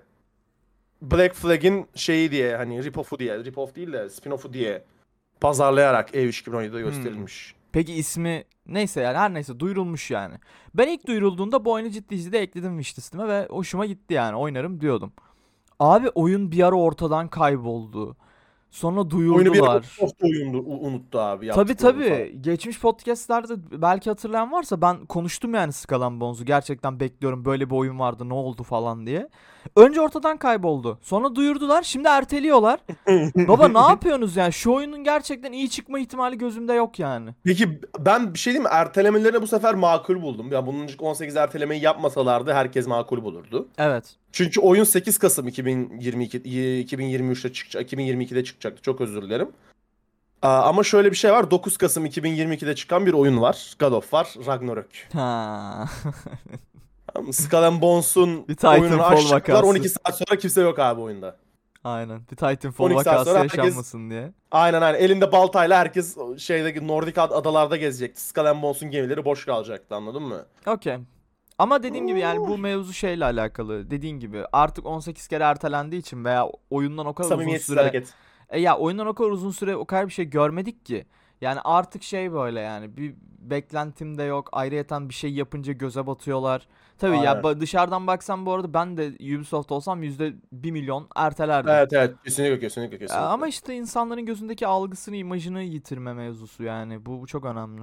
A: Black Flag'in şeyi diye hani rip-off'u diye, rip-off değil de spin-off'u diye pazarlayarak E üç iki bin on yedide gösterilmiş.
B: Peki ismi neyse yani, her neyse duyurulmuş yani. Ben ilk duyurulduğunda bu oyunu ciddi ciddi ekledim wishlistime ve hoşuma gitti yani, oynarım diyordum. Abi oyun bir ara ortadan kayboldu. Sonra
A: Oyunu bir
B: duyurdular.
A: Ubisoft oyundu, u- unuttu abi.
B: Tabii
A: yaptıklarını falan.
B: tabii. Geçmiş podcastlerde belki hatırlayan varsa ben konuştum yani Skull and Bones'u. Gerçekten bekliyorum, böyle bir oyun vardı, ne oldu falan diye. Önce ortadan kayboldu. Sonra duyurdular. Şimdi erteliyorlar. Baba ne yapıyorsunuz yani? Şu oyunun gerçekten iyi çıkma ihtimali gözümde yok yani.
A: Peki ben bir şey diyeyim mi? Ertelemelerini bu sefer makul buldum. Ya bunun on sekiz ertelemeyi yapmasalardı herkes makul bulurdu.
B: Evet.
A: Çünkü oyun sekiz Kasım iki bin yirmi iki iki bin yirmi üçte çıkacak, iki bin yirmi ikide çıkacaktı. Çok özür dilerim. Aa, ama şöyle bir şey var. dokuz Kasım iki bin yirmi ikide çıkan bir oyun var. God of War Ragnarök.
B: Ha.
A: Tamam mı? Skull and Bones'un
B: Bir Titanfall
A: oyununu açtılar.
B: vakası.
A: on iki saat sonra kimse yok abi oyunda.
B: Aynen. Bir Titanfall
A: on iki saat
B: vakası
A: sonra herkes-
B: yaşanmasın diye.
A: Aynen aynen. Elinde baltayla herkes şeydeki Nordik ad- adalarda gezecekti. Skull and Bones'un gemileri boş kalacaktı, anladın mı?
B: Okey. Ama dediğim gibi yani bu mevzu şeyle alakalı. Dediğin gibi artık on sekiz kere ertelendiği için veya oyundan o kadar uzun
A: Samimiyetsiz
B: süre
A: hareket.
B: E ya oyundan o kadar uzun süre o kadar bir şey görmedik ki. Yani artık şey böyle yani bir beklentim de yok. Ayrıyeten bir şey yapınca göze batıyorlar. Tabii ya
A: Aynen.
B: ba- dışarıdan baksam bu arada ben de Ubisoft olsam yüzde bir milyon ertelerdim.
A: Evet evet kesinlikle kesinlikle
B: Ya ama
A: kesinlikle.
B: işte insanların gözündeki algısını, imajını yitirme mevzusu yani. Bu, bu çok önemli.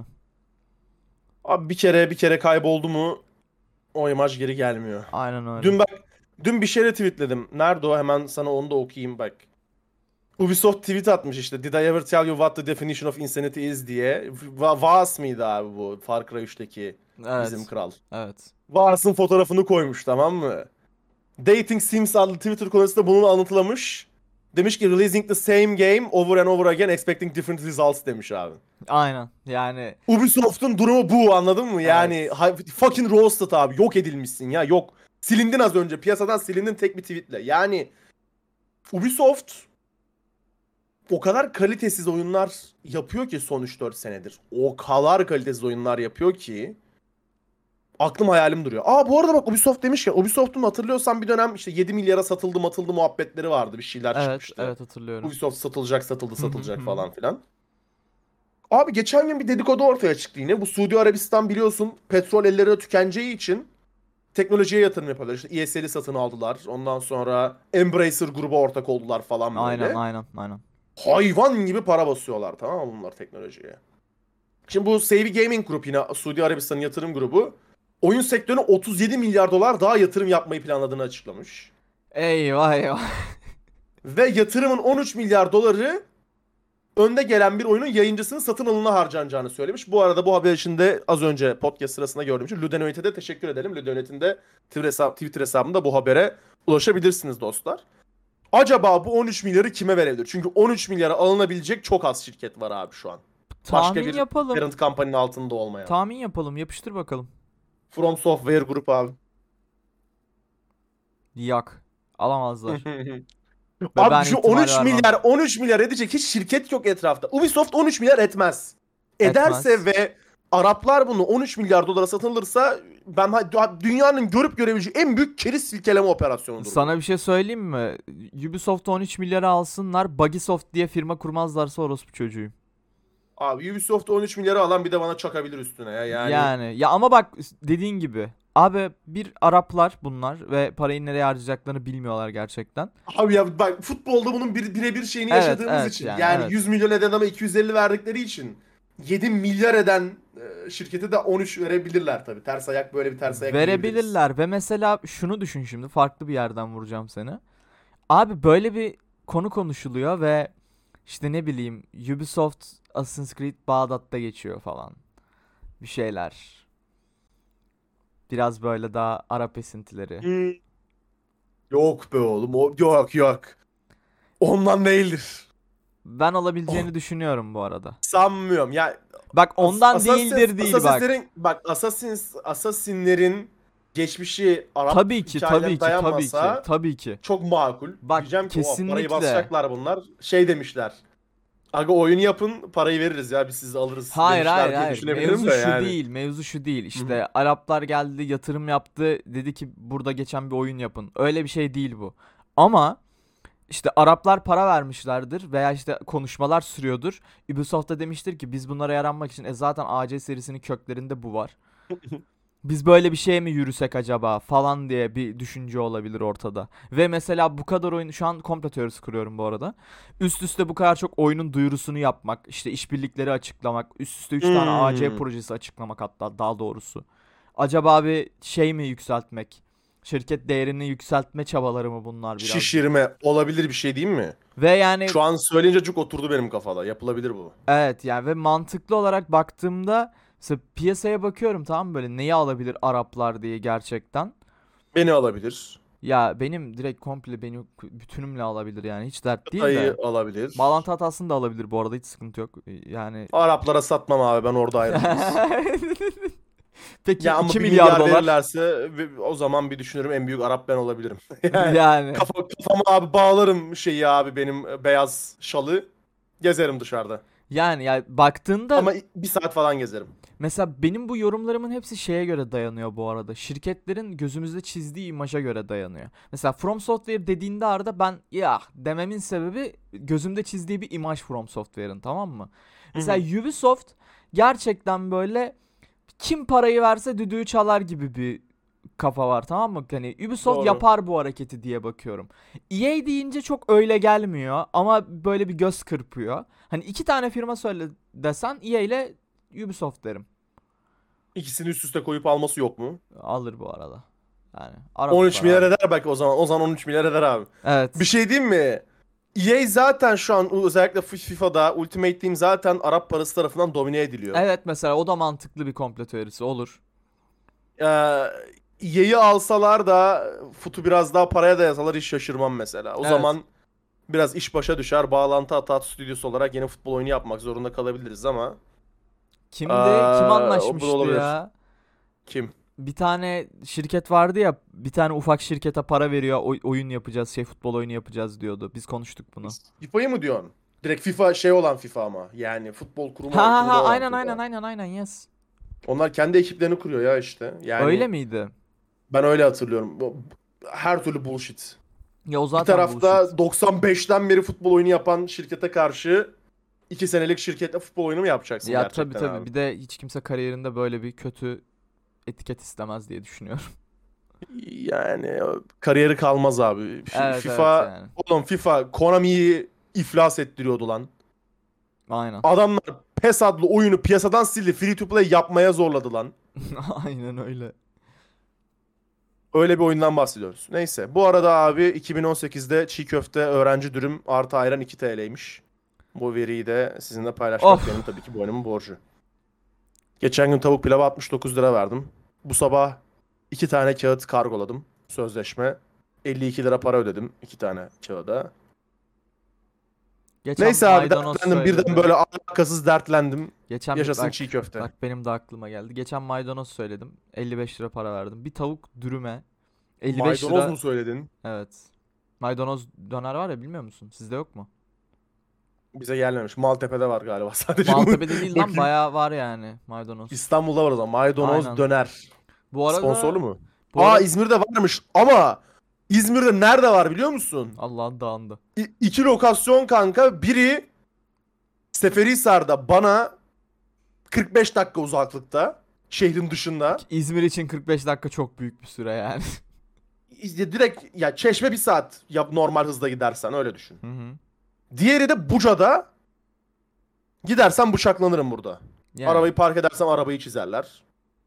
A: Abi bir kere bir kere kayboldu mu o imaj geri gelmiyor.
B: Aynen öyle.
A: Dün bak dün bir şeyle tweetledim. Nerede o? Hemen sana onu da okuyayım bak. Ubisoft tweet atmış işte. Did I ever tell you what the definition of insanity is diye. Va Vaas mıydı abi bu Far Cry üçteki bizim
B: Evet.
A: kral.
B: Evet.
A: Vaas'ın fotoğrafını koymuş, tamam mı? Dating Sims adlı Twitter konusunda bunu anlatılamış. Demiş ki releasing the same game over and over again expecting different results demiş abi.
B: Aynen. Yani
A: Ubisoft'un durumu bu, anladın mı? Yani
B: evet.
A: ha- fucking roasted abi. Yok edilmişsin ya, yok. Silindin az önce. Piyasadan silindin tek bir tweetle. Yani Ubisoft o kadar kalitesiz oyunlar yapıyor ki son üç dört senedir. O kadar kalitesiz oyunlar yapıyor ki aklım hayalim duruyor. Aa bu arada bak, Ubisoft demişken, Ubisoft'un hatırlıyorsan bir dönem işte yedi milyara satıldı matıldı muhabbetleri vardı. Bir şeyler
B: Evet,
A: çıkmıştı.
B: evet hatırlıyorum.
A: Ubisoft satılacak satıldı
B: Hı hı
A: satılacak
B: hı.
A: falan filan. Abi geçen gün bir dedikodu ortaya çıktı yine. Bu Suudi Arabistan biliyorsun petrol ellerine tükeneceği için teknolojiye yatırım yapıyorlar. İşte E S L'i satın aldılar. Ondan sonra Embracer gruba ortak oldular falan
B: Aynen,
A: böyle.
B: aynen, aynen.
A: Hayvan gibi para basıyorlar, tamam mı bunlar teknolojiye. Şimdi bu Savvy Gaming Group, yine Suudi Arabistan'ın yatırım grubu, oyun sektörüne otuz yedi milyar dolar daha yatırım yapmayı planladığını açıklamış.
B: Eyvah eyvah.
A: Ve yatırımın on üç milyar doları önde gelen bir oyunun yayıncısının satın alımına harcanacağını söylemiş. Bu arada bu haber içinde az önce podcast sırasında gördüğüm için Ludonet'e de teşekkür edelim. Ludonet'in de Twitter, hesab Twitter hesabında bu habere ulaşabilirsiniz dostlar. Acaba bu on üç milyarı kime verebilir? Çünkü on üç milyara alınabilecek çok az şirket var abi şu an. Başka
B: Tahmin
A: bir
B: yapalım.
A: parent company'nin altında olmayan.
B: Tahmin yapalım. Yapıştır bakalım.
A: From Software Group abi.
B: Yak. Alamazlar. Ve
A: Abi
B: ben
A: şu
B: ihtimal
A: on üç
B: vermem.
A: milyar on üç milyar edecek hiç şirket yok etrafta. Ubisoft on üç milyar etmez. Ederse
B: Etmez.
A: ve Araplar bunu on üç milyar dolara satın alırsa ben ha- dünyanın görüp görebileceği en büyük keriz silkeleme operasyonudur bu.
B: Sana bir şey söyleyeyim mi? Ubisoft on üç milyara alsınlar. Buggysoft diye firma kurmazlarsa orospu çocuğuyum.
A: Abi Ubisoft on üç milyara alan bir de bana çakabilir üstüne ya yani.
B: Yani ya ama bak dediğin gibi. Abi bir Araplar bunlar ve parayı nereye harcayacaklarını bilmiyorlar gerçekten.
A: Abi ya bak, futbolda bunun bir, birebir şeyini
B: Evet,
A: yaşadığımız
B: evet
A: için
B: yani
A: yani
B: evet.
A: yüz milyon eden adama iki yüz elli verdikleri için yedi milyar eden e, şirkete de on üç verebilirler tabii. Ters ayak, böyle bir ters ayak diyebiliriz.
B: Verebilirler ve mesela şunu düşün, şimdi farklı bir yerden vuracağım seni. Abi böyle bir konu konuşuluyor ve işte ne bileyim Ubisoft Assassin's Creed Bağdat'ta geçiyor falan. Bir şeyler. Biraz böyle daha Arap esintileri.
A: Hmm. Yok be oğlum. O, yok yok. Ondan değildir.
B: Ben
A: Oh,
B: olabileceğini düşünüyorum bu arada.
A: sanmıyorum. Ya
B: Bak
A: As-
B: ondan
A: Assassin's,
B: değildir değil bak.
A: Assassin'lerin bak Assassin's Assassin'lerin geçmişi Arap
B: Tabii ki, tabii
A: hikayelerine
B: ki, tabii ki,
A: dayanmasa
B: tabii ki.
A: çok makul.
B: Bak
A: Diyeceğim ki o parayı
B: kesinlikle.
A: basacaklar bunlar. Şey demişler. Aga oyunu yapın, parayı veririz ya, biz sizi alırız
B: Hayır hayır
A: demişler diye
B: hayır.
A: düşünebilirim
B: Mevzu
A: de
B: şu
A: yani.
B: değil. Mevzu şu değil.
A: Hı hı.
B: İşte Araplar geldi, yatırım yaptı. Dedi ki burada geçen bir oyun yapın. Öyle bir şey değil bu. Ama işte Araplar para vermişlerdir veya işte konuşmalar sürüyordur. Ubisoft da demiştir ki biz bunlara yaranmak için e zaten A C serisinin köklerinde bu var. Biz böyle bir şeye mi yürüsek acaba falan diye bir düşünce olabilir ortada. Ve mesela bu kadar oyun, şu an komplo teorisi kuruyorum bu arada. Üst üste bu kadar çok oyunun duyurusunu yapmak, işte işbirlikleri açıklamak, üst üste üç tane A C
A: Hmm.
B: projesi açıklamak hatta daha doğrusu. Acaba bir şey mi yükseltmek? Şirket değerini yükseltme çabaları mı bunlar birazcık?
A: Şişirme olabilir bir şey değil mi?
B: Ve yani
A: Şu an söyleyince çok oturdu benim kafada. Yapılabilir bu.
B: evet yani ve mantıklı olarak baktığımda mesela piyasaya bakıyorum, tamam mı, böyle neyi alabilir Araplar diye gerçekten.
A: Beni alabilir.
B: Ya benim direkt komple benim bütünümle alabilir yani hiç dert değil
A: Dayı
B: de.
A: alabilir.
B: Bağlantı hatasını da alabilir bu arada, hiç sıkıntı yok. Yani
A: Araplara satmam abi, ben orada ayrılırız.
B: peki
A: Ya ama
B: iki
A: bir
B: milyar
A: milyar
B: dolar
A: verirlerse ve- o zaman bir düşünürüm, en büyük Arap ben olabilirim. Yani
B: yani
A: kafa, kafama abi bağlarım şeyi abi, benim e, beyaz şalı, gezerim dışarıda.
B: yani ya baktığında
A: Ama bir saat falan gezerim.
B: mesela benim bu yorumlarımın hepsi şeye göre dayanıyor bu arada. Şirketlerin gözümüzde çizdiği imaja göre dayanıyor. Mesela From Software dediğinde arada ben ya dememin sebebi gözümde çizdiği bir imaj From Software'ın, tamam mı? Mesela Ubisoft gerçekten böyle kim parayı verse düdüğü çalar gibi bir kafa var, tamam mı? Hani Ubisoft
A: Doğru.
B: yapar bu hareketi diye bakıyorum. E A deyince çok öyle gelmiyor ama böyle bir göz kırpıyor. Hani iki tane firma söyle desen E A ile Ubisoft derim.
A: İkisini üst üste koyup alması yok mu?
B: Alır bu arada. Yani Arap
A: on üç
B: var
A: milyar
B: abi.
A: eder belki o zaman. O zaman on üç milyar eder abi. Bir
B: Evet.
A: şey diyeyim mi? E A zaten şu an özellikle FIFA'da Ultimate Team zaten Arap parası tarafından domine ediliyor.
B: Evet, mesela o da mantıklı bir komplo teorisi olur.
A: Ee, E A'yı alsalar da futu biraz daha paraya dayasalar hiç şaşırmam mesela. O
B: Evet.
A: zaman biraz iş başa düşer. Bağlantı Atat stüdyosu olarak yeni futbol oyunu yapmak zorunda kalabiliriz ama
B: Kimdi? Kim
A: ee, o bu da
B: anlaşmıştı
A: olabilir.
B: ya?
A: Kim?
B: Bir tane şirket vardı ya, bir tane ufak şirkete para veriyor, oy- oyun yapacağız, şey futbol oyunu yapacağız diyordu. Biz konuştuk bunu.
A: FIFA'yı mı diyorsun? Direkt FIFA şey olan FIFA ama. Yani futbol kurumu,
B: Ha ha
A: kurumu
B: ha,
A: olan
B: aynen
A: FIFA.
B: aynen aynen aynen, yes.
A: Onlar kendi ekiplerini kuruyor ya işte. Yani
B: Öyle miydi?
A: ben öyle hatırlıyorum. Bu- Her türlü bullshit.
B: Ya o
A: Bir
B: zaten
A: tarafta
B: bullshit.
A: doksan beşten beri futbol oyunu yapan şirkete karşı iki senelik şirketle futbol oyunu mu yapacaksın
B: Ya
A: gerçekten
B: tabii tabii,
A: abi?
B: bir de hiç kimse kariyerinde böyle bir kötü etiket istemez diye düşünüyorum.
A: Yani kariyeri kalmaz abi. Fi-
B: Evet evet
A: FIFA,
B: yani.
A: oğlum FIFA Konami'yi iflas ettiriyordu lan.
B: Aynen.
A: Adamlar PES adlı oyunu piyasadan sildi. Free to play yapmaya zorladı lan.
B: Aynen öyle.
A: Öyle bir oyundan bahsediyoruz. Neyse. Bu arada abi iki bin on sekizde çiğ köfte öğrenci dürüm artı ayran iki T L'ymiş. Bu veriyi de sizinle paylaşmak
B: Of.
A: benim tabii ki boynumun borcu. Geçen gün tavuk pilava altmış dokuz lira verdim. Bu sabah iki tane kağıt kargoladım. Sözleşme. elli iki lira para ödedim iki tane kağıda.
B: Geçen
A: Neyse abi
B: maydanoz
A: dertlendim. Birden
B: söyledi.
A: böyle alakasız dertlendim.
B: Geçen bir-
A: Yaşasın
B: bak
A: çiğ köfte.
B: bak benim de aklıma geldi. Geçen maydanoz söyledim. elli beş lira para verdim. Bir tavuk dürüme elli beş
A: Maydanoz
B: lira.
A: mu söyledin?
B: Evet. Maydanoz döner var ya, bilmiyor musun? Sizde yok mu?
A: Bize gelmemiş. Maltepe'de var galiba sadece.
B: Maltepe'de değil lan,
A: Bakayım.
B: bayağı var yani maydanoz.
A: İstanbul'da var o zaman. Maydanoz
B: Aynen.
A: döner.
B: Bu
A: Sponsorlu
B: arada
A: mu?
B: bu
A: Aa
B: arada
A: İzmir'de varmış ama İzmir'de nerede var biliyor musun?
B: Allah'ın dağında.
A: İ- iki lokasyon kanka. Biri Seferihisar'da bana kırk beş dakika uzaklıkta. Şehrin dışında.
B: İzmir için kırk beş dakika çok büyük bir süre yani.
A: İşte direkt ya Çeşme bir saat ya normal hızda gidersen öyle düşün.
B: Hı hı.
A: Diğeri de Buca'da. Gidersen bıçaklanırım burada.
B: Yani.
A: Arabayı park edersem arabayı çizerler.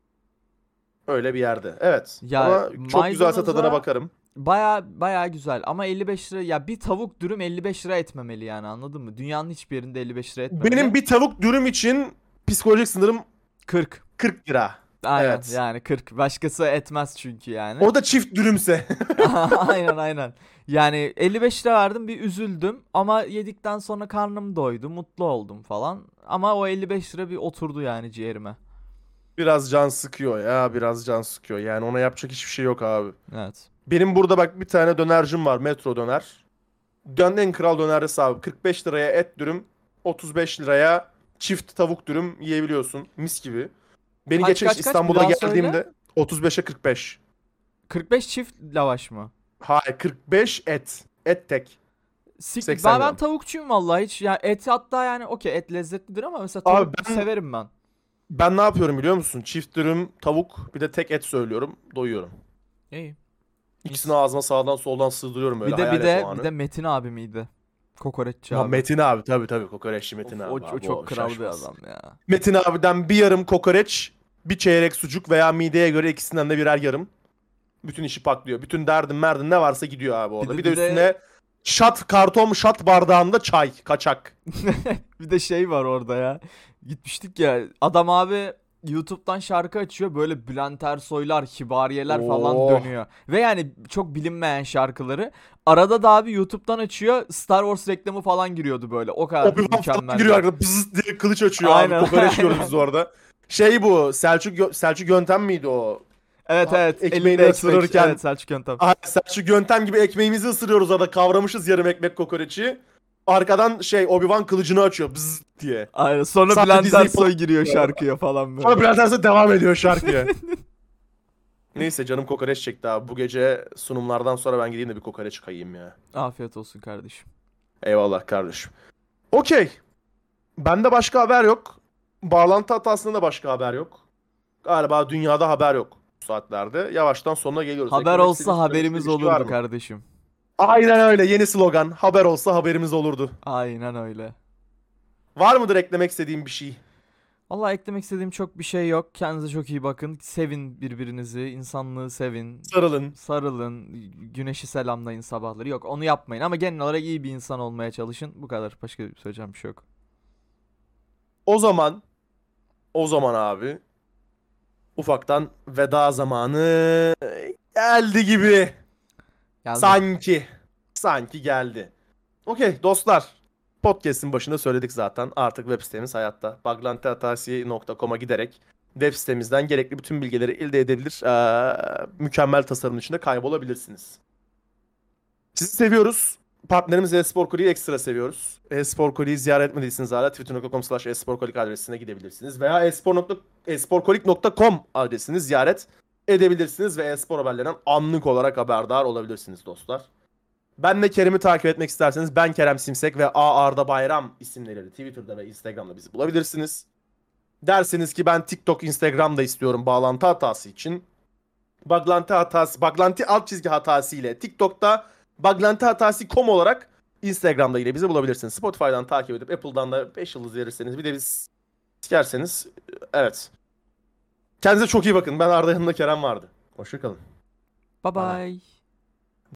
A: Öyle bir yerde. Evet.
B: Ya
A: Ama çok güzelse
B: maydanoza-
A: tadına bakarım.
B: Baya baya güzel ama elli beş lira, ya bir tavuk dürüm elli beş lira etmemeli yani, anladın mı? Dünyanın hiçbir yerinde elli beş lira etmemeli.
A: Benim bir tavuk dürüm için psikolojik sınırım
B: kırk.
A: kırk lira.
B: Aynen
A: Evet.
B: yani kırk. Başkası etmez çünkü yani.
A: O da çift dürümse.
B: Aynen aynen. Yani elli beş lira verdim, bir üzüldüm ama yedikten sonra karnım doydu, mutlu oldum falan. Ama o elli beş lira bir oturdu yani ciğerime.
A: Biraz can sıkıyor ya. Biraz can sıkıyor. Yani ona yapacak hiçbir şey yok abi.
B: Evet.
A: Benim burada bak bir tane dönercim var. Metro döner. Dünyanın en kral dönercisi abi. kırk beş liraya et dürüm. otuz beş liraya çift tavuk dürüm yiyebiliyorsun. Mis gibi. Beni
B: Kaç,
A: geçen
B: kaç,
A: işte
B: kaç? Bir
A: İstanbul'a
B: daha söyle.
A: geldiğimde otuz beşe kırk beş.
B: kırk beş çift lavaş mı?
A: Hayır kırk beş et. Et tek.
B: Siktir.
A: seksen
B: Ben, ben
A: gram.
B: tavukçuyum vallahi hiç. Ya et hatta yani okey, et lezzetlidir ama mesela
A: Abi
B: tavuk
A: ben-
B: severim ben.
A: Ben ne yapıyorum biliyor musun? Çift dürüm, tavuk, bir de tek et söylüyorum. Doyuyorum.
B: İyi.
A: İkisini ağzıma sağdan soldan sığdırıyorum böyle
B: Bir de bir
A: hayalet
B: de
A: o anı.
B: bir de Metin abi miydi? Kokoreççi
A: Ha,
B: abi.
A: Metin abi tabii tabii kokoreççi Metin
B: Of,
A: abi.
B: o, o
A: abi,
B: çok kral bir
A: şaşmaz.
B: adam ya.
A: Metin abiden bir yarım kokoreç, bir çeyrek sucuk veya mideye göre ikisinden de birer yarım. Bütün işi paklıyor. Bütün derdim merdin ne varsa gidiyor abi orada.
B: de-
A: Bir de,
B: bir de-
A: üstüne şat karton şat bardağında çay, kaçak.
B: Bir de şey var orada ya. Gitmiştik ya. Adam abi YouTube'dan şarkı açıyor. Böyle Bülent Ersoylar, Kibariyeler falan
A: Oh.
B: dönüyor. Ve yani çok bilinmeyen şarkıları. Arada da abi YouTube'dan açıyor. Star Wars reklamı falan giriyordu böyle. O kadar
A: Obi-Wan falan
B: mükemmel.
A: giriyor arkada bızız diye kılıç açıyor
B: Aynen,
A: abi. Kokoreç yiyoruz
B: aynen.
A: biz orada. Şey bu Selçuk Gö- Selçuk Yöntem miydi o?
B: Evet
A: Ha,
B: evet.
A: ekmeğini
B: Elinde ekmek.
A: ısırırken-
B: Evet, Selçuk Yöntem.
A: Ay, Selçuk Yöntem gibi ekmeğimizi ısırıyoruz orada. Kavramışız yarım ekmek kokoreçi. Arkadan şey Obi-Wan kılıcını açıyor bızz diye.
B: Aynen. Sonra
A: Sadece
B: Bülent
A: Disney
B: Ersoy
A: falan-
B: giriyor şarkıya falan böyle.
A: Sonra Bülent Ersoy devam ediyor şarkıya. Neyse canım kokoreç çekti abi. Bu gece sunumlardan sonra ben gideyim de bir kokoreç kayayım ya.
B: Afiyet olsun kardeşim.
A: Eyvallah kardeşim. Okey. Bende başka haber yok. Bağlantı hatasında da başka haber yok. Galiba dünyada haber yok bu saatlerde. Yavaştan sonuna geliyoruz.
B: Haber
A: Eklemek
B: olsa
A: istediğiniz, söylemek
B: haberimiz
A: istediğiniz bir şey var
B: olurdu
A: mı?
B: kardeşim.
A: Aynen öyle. Yeni slogan. Haber olsa haberimiz olurdu.
B: Aynen öyle.
A: Var mıdır eklemek istediğim bir şey?
B: Vallahi eklemek istediğim çok bir şey yok. Kendinize çok iyi bakın. Sevin birbirinizi, insanlığı sevin.
A: Sarılın.
B: Sarılın, güneşi selamlayın sabahları. Yok, onu yapmayın ama genel olarak iyi bir insan olmaya çalışın. Bu kadar. Başka söyleyeceğim bir şey yok.
A: O zaman, o zaman abi ufaktan veda zamanı geldi gibi.
B: Geldi.
A: Sanki. Sanki geldi. Okey dostlar. Podcast'in başında söyledik zaten. Artık web sitemiz hayatta. baglantihatasi nokta com'a giderek web sitemizden gerekli bütün bilgileri elde edebilir. Ee, mükemmel tasarım içinde kaybolabilirsiniz. Sizi seviyoruz. Partnerimiz Espor Koli'yi ekstra seviyoruz. Espor Koli'yi ziyaret etmediyseniz hala twitter nokta com slash esporkolik adresine gidebilirsiniz. Veya espor. esporkolik nokta com adresini ziyaret edebilirsiniz ve espor haberlerinden anlık olarak haberdar olabilirsiniz dostlar. Ben de Kerem'i takip etmek isterseniz ben Kerem Simsek ve A Arda Bayram isimleriyle Twitter'da ve Instagram'da bizi bulabilirsiniz. Derseniz ki ben TikTok, Instagram'da istiyorum bağlantı hatası için. Baglantı hatası, Baglantı alt çizgi hatası ile TikTok'ta Baglantı hatası nokta com olarak Instagram'da yine bizi bulabilirsiniz. Spotify'dan takip edip Apple'dan da beş yıldız verirseniz bir de biz sikerseniz evet. Kendinize çok iyi bakın. Ben Arda, yanımda Kerem vardı. Hoşçakalın.
B: Bye
A: Bye bye.
B: bye.